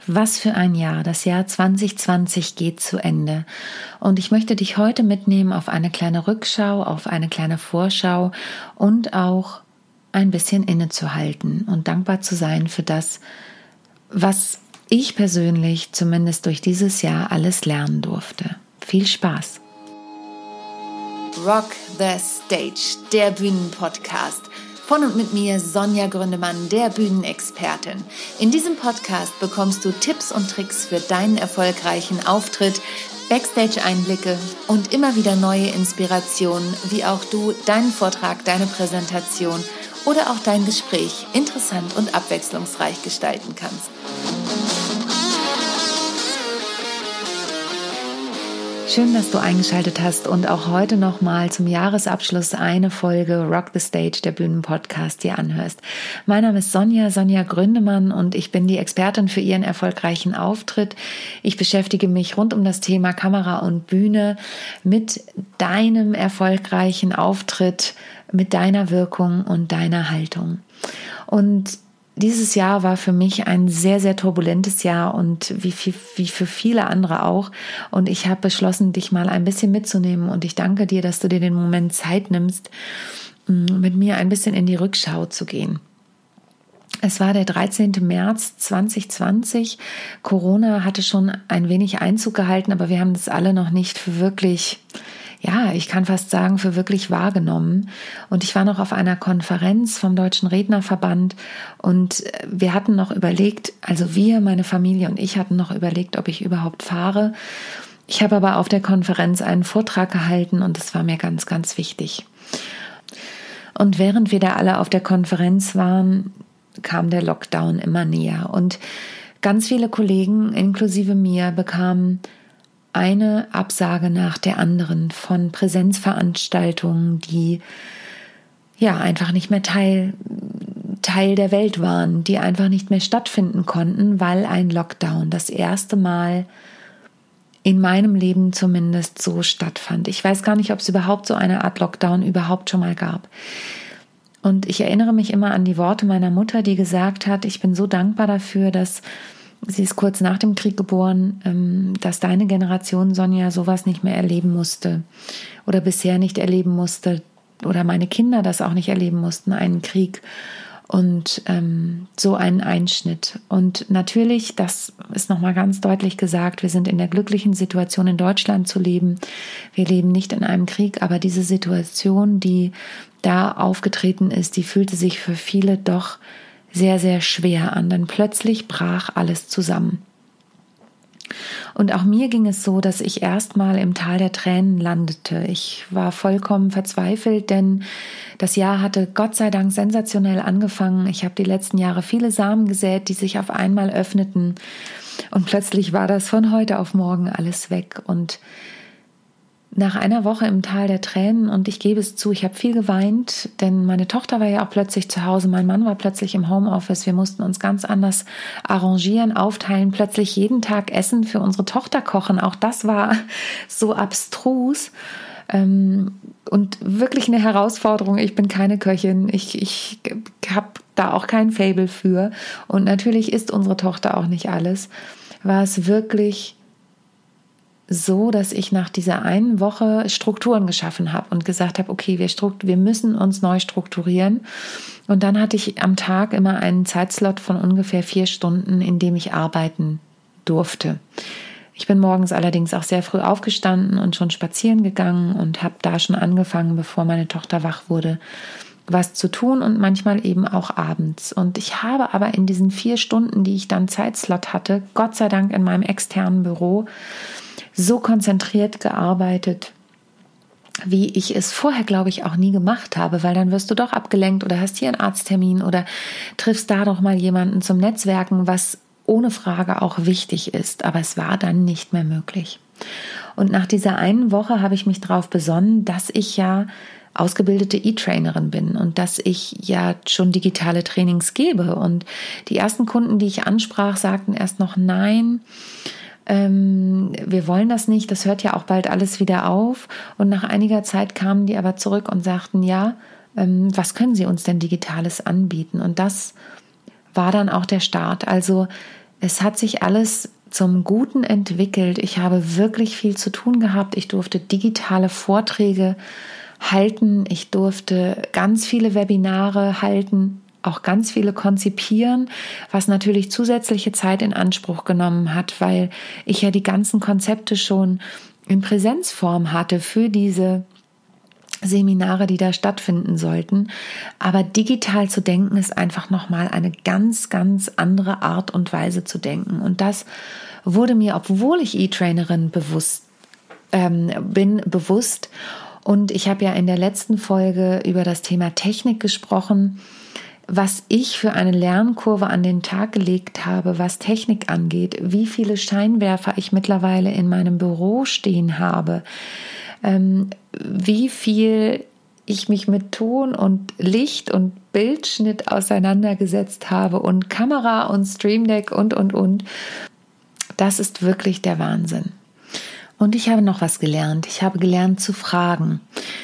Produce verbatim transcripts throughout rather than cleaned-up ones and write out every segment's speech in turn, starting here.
Was für ein Jahr. Das Jahr zwanzig zwanzig geht zu Ende. Und ich möchte dich heute mitnehmen auf eine kleine Rückschau, auf eine kleine Vorschau und auch ein bisschen innezuhalten und dankbar zu sein für das, was ich persönlich zumindest durch dieses Jahr alles lernen durfte. Viel Spaß! Rock the Stage, der Bühnenpodcast. Von und mit mir, Sonja Gründemann, der Bühnenexpertin. In diesem Podcast bekommst du Tipps und Tricks für deinen erfolgreichen Auftritt, Backstage-Einblicke und immer wieder neue Inspirationen, wie auch du deinen Vortrag, deine Präsentation oder auch dein Gespräch interessant und abwechslungsreich gestalten kannst. Schön, dass du eingeschaltet hast und auch heute nochmal zum Jahresabschluss eine Folge Rock the Stage, der Bühnenpodcast, dir anhörst. Mein Name ist Sonja, Sonja Gründemann und ich bin die Expertin für ihren erfolgreichen Auftritt. Ich beschäftige mich rund um das Thema Kamera und Bühne mit deinem erfolgreichen Auftritt, mit deiner Wirkung und deiner Haltung. Und dieses Jahr war für mich ein sehr, sehr turbulentes Jahr und wie, wie, wie für viele andere auch. Und ich habe beschlossen, dich mal ein bisschen mitzunehmen. Und ich danke dir, dass du dir den Moment Zeit nimmst, mit mir ein bisschen in die Rückschau zu gehen. Es war der dreizehnten März zwanzig zwanzig. Corona hatte schon ein wenig Einzug gehalten, aber wir haben das alle noch nicht für wirklich... Ja, ich kann fast sagen, für wirklich wahrgenommen. Und ich war noch auf einer Konferenz vom Deutschen Rednerverband und wir hatten noch überlegt, also wir, meine Familie und ich hatten noch überlegt, ob ich überhaupt fahre. Ich habe aber auf der Konferenz einen Vortrag gehalten und das war mir ganz, ganz wichtig. Und während wir da alle auf der Konferenz waren, kam der Lockdown immer näher und ganz viele Kollegen, inklusive mir, bekamen eine Absage nach der anderen von Präsenzveranstaltungen, die ja einfach nicht mehr Teil, Teil der Welt waren, die einfach nicht mehr stattfinden konnten, weil ein Lockdown das erste Mal in meinem Leben zumindest so stattfand. Ich weiß gar nicht, ob es überhaupt so eine Art Lockdown überhaupt schon mal gab. Und ich erinnere mich immer an die Worte meiner Mutter, die gesagt hat, ich bin so dankbar dafür, dass sie ist kurz nach dem Krieg geboren, dass deine Generation, Sonja, sowas nicht mehr erleben musste oder bisher nicht erleben musste oder meine Kinder das auch nicht erleben mussten, einen Krieg und ähm, so einen Einschnitt. Und natürlich, das ist nochmal ganz deutlich gesagt, wir sind in der glücklichen Situation, in Deutschland zu leben. Wir leben nicht in einem Krieg, aber diese Situation, die da aufgetreten ist, die fühlte sich für viele doch sehr, sehr schwer an, denn plötzlich brach alles zusammen. Und auch mir ging es so, dass ich erstmal im Tal der Tränen landete. Ich war vollkommen verzweifelt, denn das Jahr hatte Gott sei Dank sensationell angefangen. Ich habe die letzten Jahre viele Samen gesät, die sich auf einmal öffneten. Und plötzlich war das von heute auf morgen alles weg. Und nach einer Woche im Tal der Tränen, und ich gebe es zu, ich habe viel geweint, denn meine Tochter war ja auch plötzlich zu Hause, mein Mann war plötzlich im Homeoffice, wir mussten uns ganz anders arrangieren, aufteilen, plötzlich jeden Tag Essen für unsere Tochter kochen, auch das war so abstrus und wirklich eine Herausforderung. Ich bin keine Köchin, ich, ich habe da auch kein Faible für und natürlich isst unsere Tochter auch nicht alles, war es wirklich so, dass ich nach dieser einen Woche Strukturen geschaffen habe und gesagt habe, okay, wir, strukt- wir müssen uns neu strukturieren. Und dann hatte ich am Tag immer einen Zeitslot von ungefähr vier Stunden, in dem ich arbeiten durfte. Ich bin morgens allerdings auch sehr früh aufgestanden und schon spazieren gegangen und habe da schon angefangen, bevor meine Tochter wach wurde, was zu tun und manchmal eben auch abends. Und ich habe aber in diesen vier Stunden, die ich dann Zeitslot hatte, Gott sei Dank in meinem externen Büro, so konzentriert gearbeitet, wie ich es vorher, glaube ich, auch nie gemacht habe, weil dann wirst du doch abgelenkt oder hast hier einen Arzttermin oder triffst da doch mal jemanden zum Netzwerken, was ohne Frage auch wichtig ist, aber es war dann nicht mehr möglich. Und nach dieser einen Woche habe ich mich darauf besonnen, dass ich ja ausgebildete E-Trainerin bin und dass ich ja schon digitale Trainings gebe. Und die ersten Kunden, die ich ansprach, sagten erst noch nein, ähm, wir wollen das nicht, das hört ja auch bald alles wieder auf. Und nach einiger Zeit kamen die aber zurück und sagten, ja, ähm, was können Sie uns denn Digitales anbieten? Und das war dann auch der Start. Also es hat sich alles zum Guten entwickelt. Ich habe wirklich viel zu tun gehabt. Ich durfte digitale Vorträge halten. Ich durfte ganz viele Webinare halten, auch ganz viele konzipieren, was natürlich zusätzliche Zeit in Anspruch genommen hat, weil ich ja die ganzen Konzepte schon in Präsenzform hatte für diese Seminare, die da stattfinden sollten. Aber digital zu denken ist einfach nochmal eine ganz, ganz andere Art und Weise zu denken. Und das wurde mir, obwohl ich E-Trainerin bewusst ähm, bin, bewusst. Und ich habe ja in der letzten Folge über das Thema Technik gesprochen, was ich für eine Lernkurve an den Tag gelegt habe, was Technik angeht, wie viele Scheinwerfer ich mittlerweile in meinem Büro stehen habe, ähm, wie viel ich mich mit Ton und Licht und Bildschnitt auseinandergesetzt habe und Kamera und Stream Deck und, und, und. Das ist wirklich der Wahnsinn. Und ich habe noch was gelernt. Ich habe gelernt zu fragen.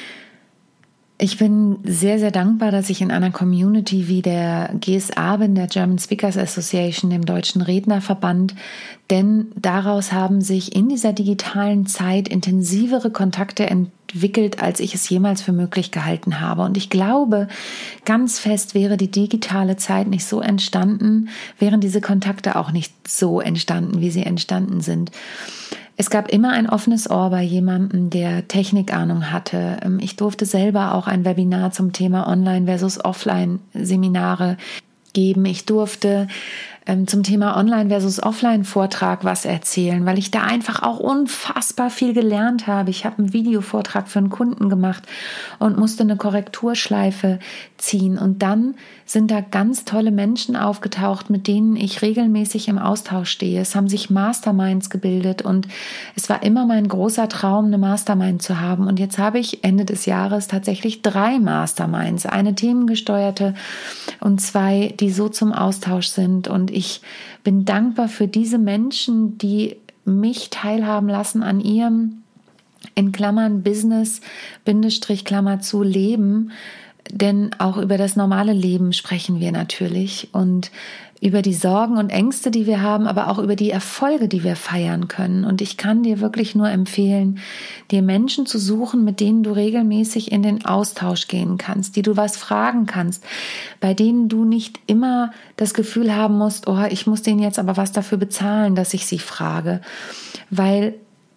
Ich bin sehr, sehr dankbar, dass ich in einer Community wie der G S A bin, der German Speakers Association, dem Deutschen Rednerverband, denn daraus haben sich in dieser digitalen Zeit intensivere Kontakte entwickelt, als ich es jemals für möglich gehalten habe. Und ich glaube, ganz fest wäre die digitale Zeit nicht so entstanden, wären diese Kontakte auch nicht so entstanden, wie sie entstanden sind. Es gab immer ein offenes Ohr bei jemandem, der Technikahnung hatte. Ich durfte selber auch ein Webinar zum Thema Online- versus Offline-Seminare geben. Ich durfte ähm, zum Thema Online- versus Offline-Vortrag was erzählen, weil ich da einfach auch unfassbar viel gelernt habe. Ich habe einen Videovortrag für einen Kunden gemacht und musste eine Korrekturschleife ziehen. Und dann sind da ganz tolle Menschen aufgetaucht, mit denen ich regelmäßig im Austausch stehe. Es haben sich Masterminds gebildet und es war immer mein großer Traum, eine Mastermind zu haben. Und jetzt habe ich Ende des Jahres tatsächlich drei Masterminds, eine themengesteuerte und zwei, die so zum Austausch sind. Und ich bin dankbar für diese Menschen, die mich teilhaben lassen an ihrem, in Klammern, Business, Bindestrich, Klammer zu, Leben. Denn auch über das normale Leben sprechen wir natürlich und über die Sorgen und Ängste, die wir haben, aber auch über die Erfolge, die wir feiern können. Und ich kann dir wirklich nur empfehlen, dir Menschen zu suchen, mit denen du regelmäßig in den Austausch gehen kannst, die du was fragen kannst, bei denen du nicht immer das Gefühl haben musst, oh, ich muss denen jetzt aber was dafür bezahlen, dass ich sie frage, weil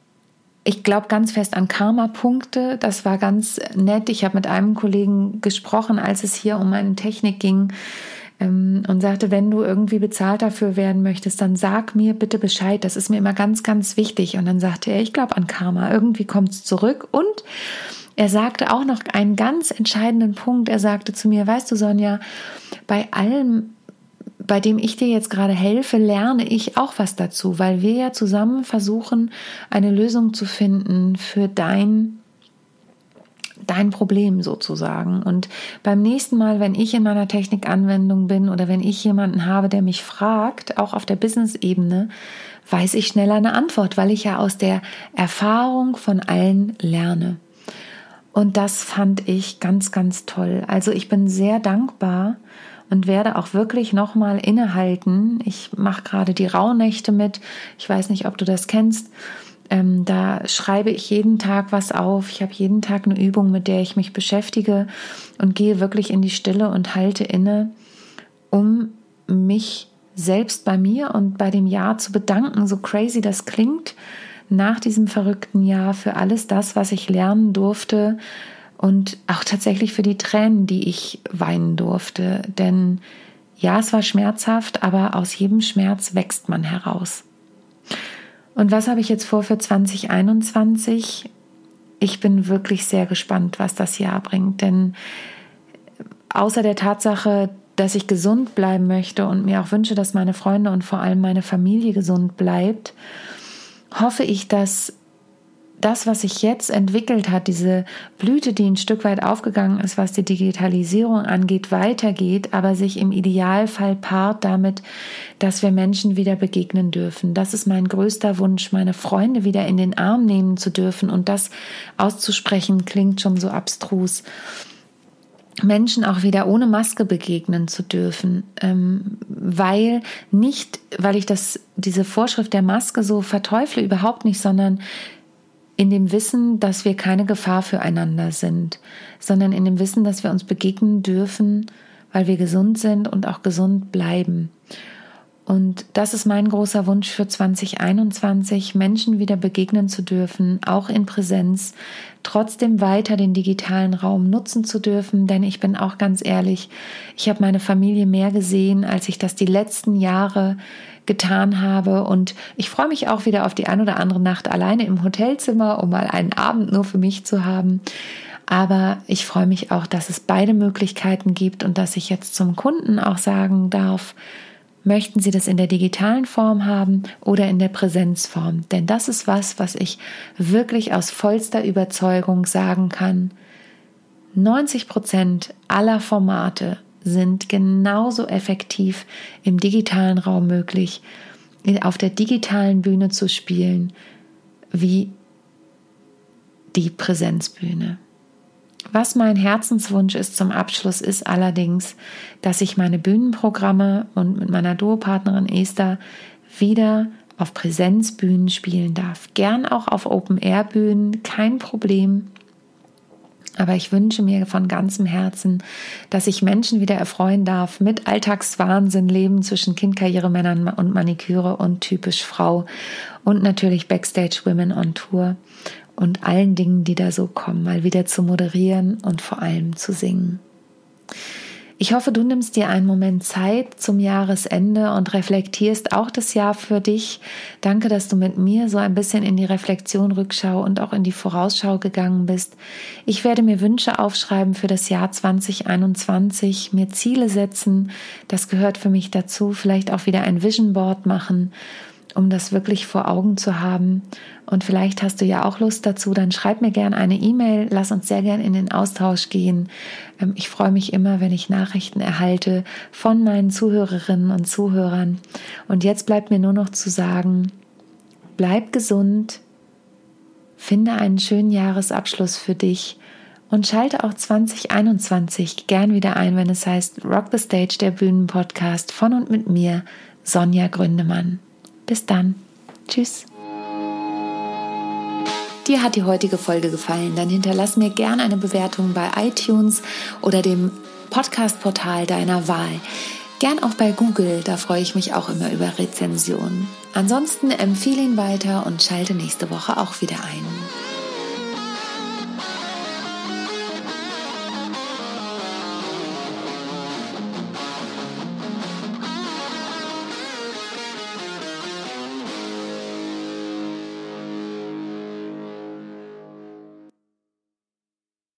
ich glaube ganz fest an Karma-Punkte. Das war ganz nett. Ich habe mit einem Kollegen gesprochen, als es hier um meine Technik ging ähm, und sagte, wenn du irgendwie bezahlt dafür werden möchtest, dann sag mir bitte Bescheid. Das ist mir immer ganz, ganz wichtig. Und dann sagte er, ich glaube an Karma. Irgendwie kommt es zurück. Und er sagte auch noch einen ganz entscheidenden Punkt. Er sagte zu mir, weißt du, Sonja, bei allem, bei dem ich dir jetzt gerade helfe, lerne ich auch was dazu, weil wir ja zusammen versuchen, eine Lösung zu finden für dein, dein Problem sozusagen. Und beim nächsten Mal, wenn ich in meiner Technikanwendung bin oder wenn ich jemanden habe, der mich fragt, auch auf der Business-Ebene, weiß ich schneller eine Antwort, weil ich ja aus der Erfahrung von allen lerne. Und das fand ich ganz, ganz toll. Also ich bin sehr dankbar und werde auch wirklich nochmal innehalten. Ich mache gerade die Rauhnächte mit. Ich weiß nicht, ob du das kennst. Ähm, da schreibe ich jeden Tag was auf. Ich habe jeden Tag eine Übung, mit der ich mich beschäftige und gehe wirklich in die Stille und halte inne, um mich selbst bei mir und bei dem Jahr zu bedanken, so crazy das klingt, nach diesem verrückten Jahr für alles das, was ich lernen durfte, und auch tatsächlich für die Tränen, die ich weinen durfte. Denn ja, es war schmerzhaft, aber aus jedem Schmerz wächst man heraus. Und was habe ich jetzt vor für zwanzig einundzwanzig? Ich bin wirklich sehr gespannt, was das Jahr bringt. Denn außer der Tatsache, dass ich gesund bleiben möchte und mir auch wünsche, dass meine Freunde und vor allem meine Familie gesund bleibt, hoffe ich, dass das, was sich jetzt entwickelt hat, diese Blüte, die ein Stück weit aufgegangen ist, was die Digitalisierung angeht, weitergeht, aber sich im Idealfall paart damit, dass wir Menschen wieder begegnen dürfen. Das ist mein größter Wunsch, meine Freunde wieder in den Arm nehmen zu dürfen. Und das auszusprechen klingt schon so abstrus. Menschen auch wieder ohne Maske begegnen zu dürfen, ähm, weil nicht, weil ich das, diese Vorschrift der Maske so verteufle, überhaupt nicht, sondern in dem Wissen, dass wir keine Gefahr füreinander sind, sondern in dem Wissen, dass wir uns begegnen dürfen, weil wir gesund sind und auch gesund bleiben. Und das ist mein großer Wunsch für zwanzig einundzwanzig, Menschen wieder begegnen zu dürfen, auch in Präsenz, trotzdem weiter den digitalen Raum nutzen zu dürfen, denn ich bin auch ganz ehrlich, ich habe meine Familie mehr gesehen, als ich das die letzten Jahre getan habe, und ich freue mich auch wieder auf die ein oder andere Nacht alleine im Hotelzimmer, um mal einen Abend nur für mich zu haben. Aber ich freue mich auch, dass es beide Möglichkeiten gibt und dass ich jetzt zum Kunden auch sagen darf, möchten Sie das in der digitalen Form haben oder in der Präsenzform? Denn das ist was, was ich wirklich aus vollster Überzeugung sagen kann. neunzig Prozent aller Formate sind genauso effektiv im digitalen Raum möglich, auf der digitalen Bühne zu spielen, wie die Präsenzbühne. Was mein Herzenswunsch ist zum Abschluss, ist allerdings, dass ich meine Bühnenprogramme und mit meiner Duopartnerin Esther wieder auf Präsenzbühnen spielen darf. Gern auch auf Open-Air-Bühnen, kein Problem. Aber ich wünsche mir von ganzem Herzen, dass ich Menschen wieder erfreuen darf mit Alltagswahnsinn, Leben zwischen Kind, Karriere, Männern und Maniküre und typisch Frau und natürlich Backstage Women on Tour und allen Dingen, die da so kommen, mal wieder zu moderieren und vor allem zu singen. Ich hoffe, du nimmst dir einen Moment Zeit zum Jahresende und reflektierst auch das Jahr für dich. Danke, dass du mit mir so ein bisschen in die Reflexion, Rückschau und auch in die Vorausschau gegangen bist. Ich werde mir Wünsche aufschreiben für das Jahr zwanzig einundzwanzig, mir Ziele setzen. Das gehört für mich dazu. Vielleicht auch wieder ein Vision Board machen, um das wirklich vor Augen zu haben. Und vielleicht hast du ja auch Lust dazu, dann schreib mir gerne eine E-Mail, lass uns sehr gerne in den Austausch gehen. Ich freue mich immer, wenn ich Nachrichten erhalte von meinen Zuhörerinnen und Zuhörern. Und jetzt bleibt mir nur noch zu sagen, bleib gesund, finde einen schönen Jahresabschluss für dich und schalte auch zwanzig einundzwanzig gern wieder ein, wenn es heißt Rock the Stage, der Bühnenpodcast von und mit mir, Sonja Gründemann. Bis dann. Tschüss. Dir hat die heutige Folge gefallen, dann hinterlass mir gerne eine Bewertung bei iTunes oder dem Podcast-Portal deiner Wahl. Gern auch bei Google, da freue ich mich auch immer über Rezensionen. Ansonsten empfehle ihn weiter und schalte nächste Woche auch wieder ein.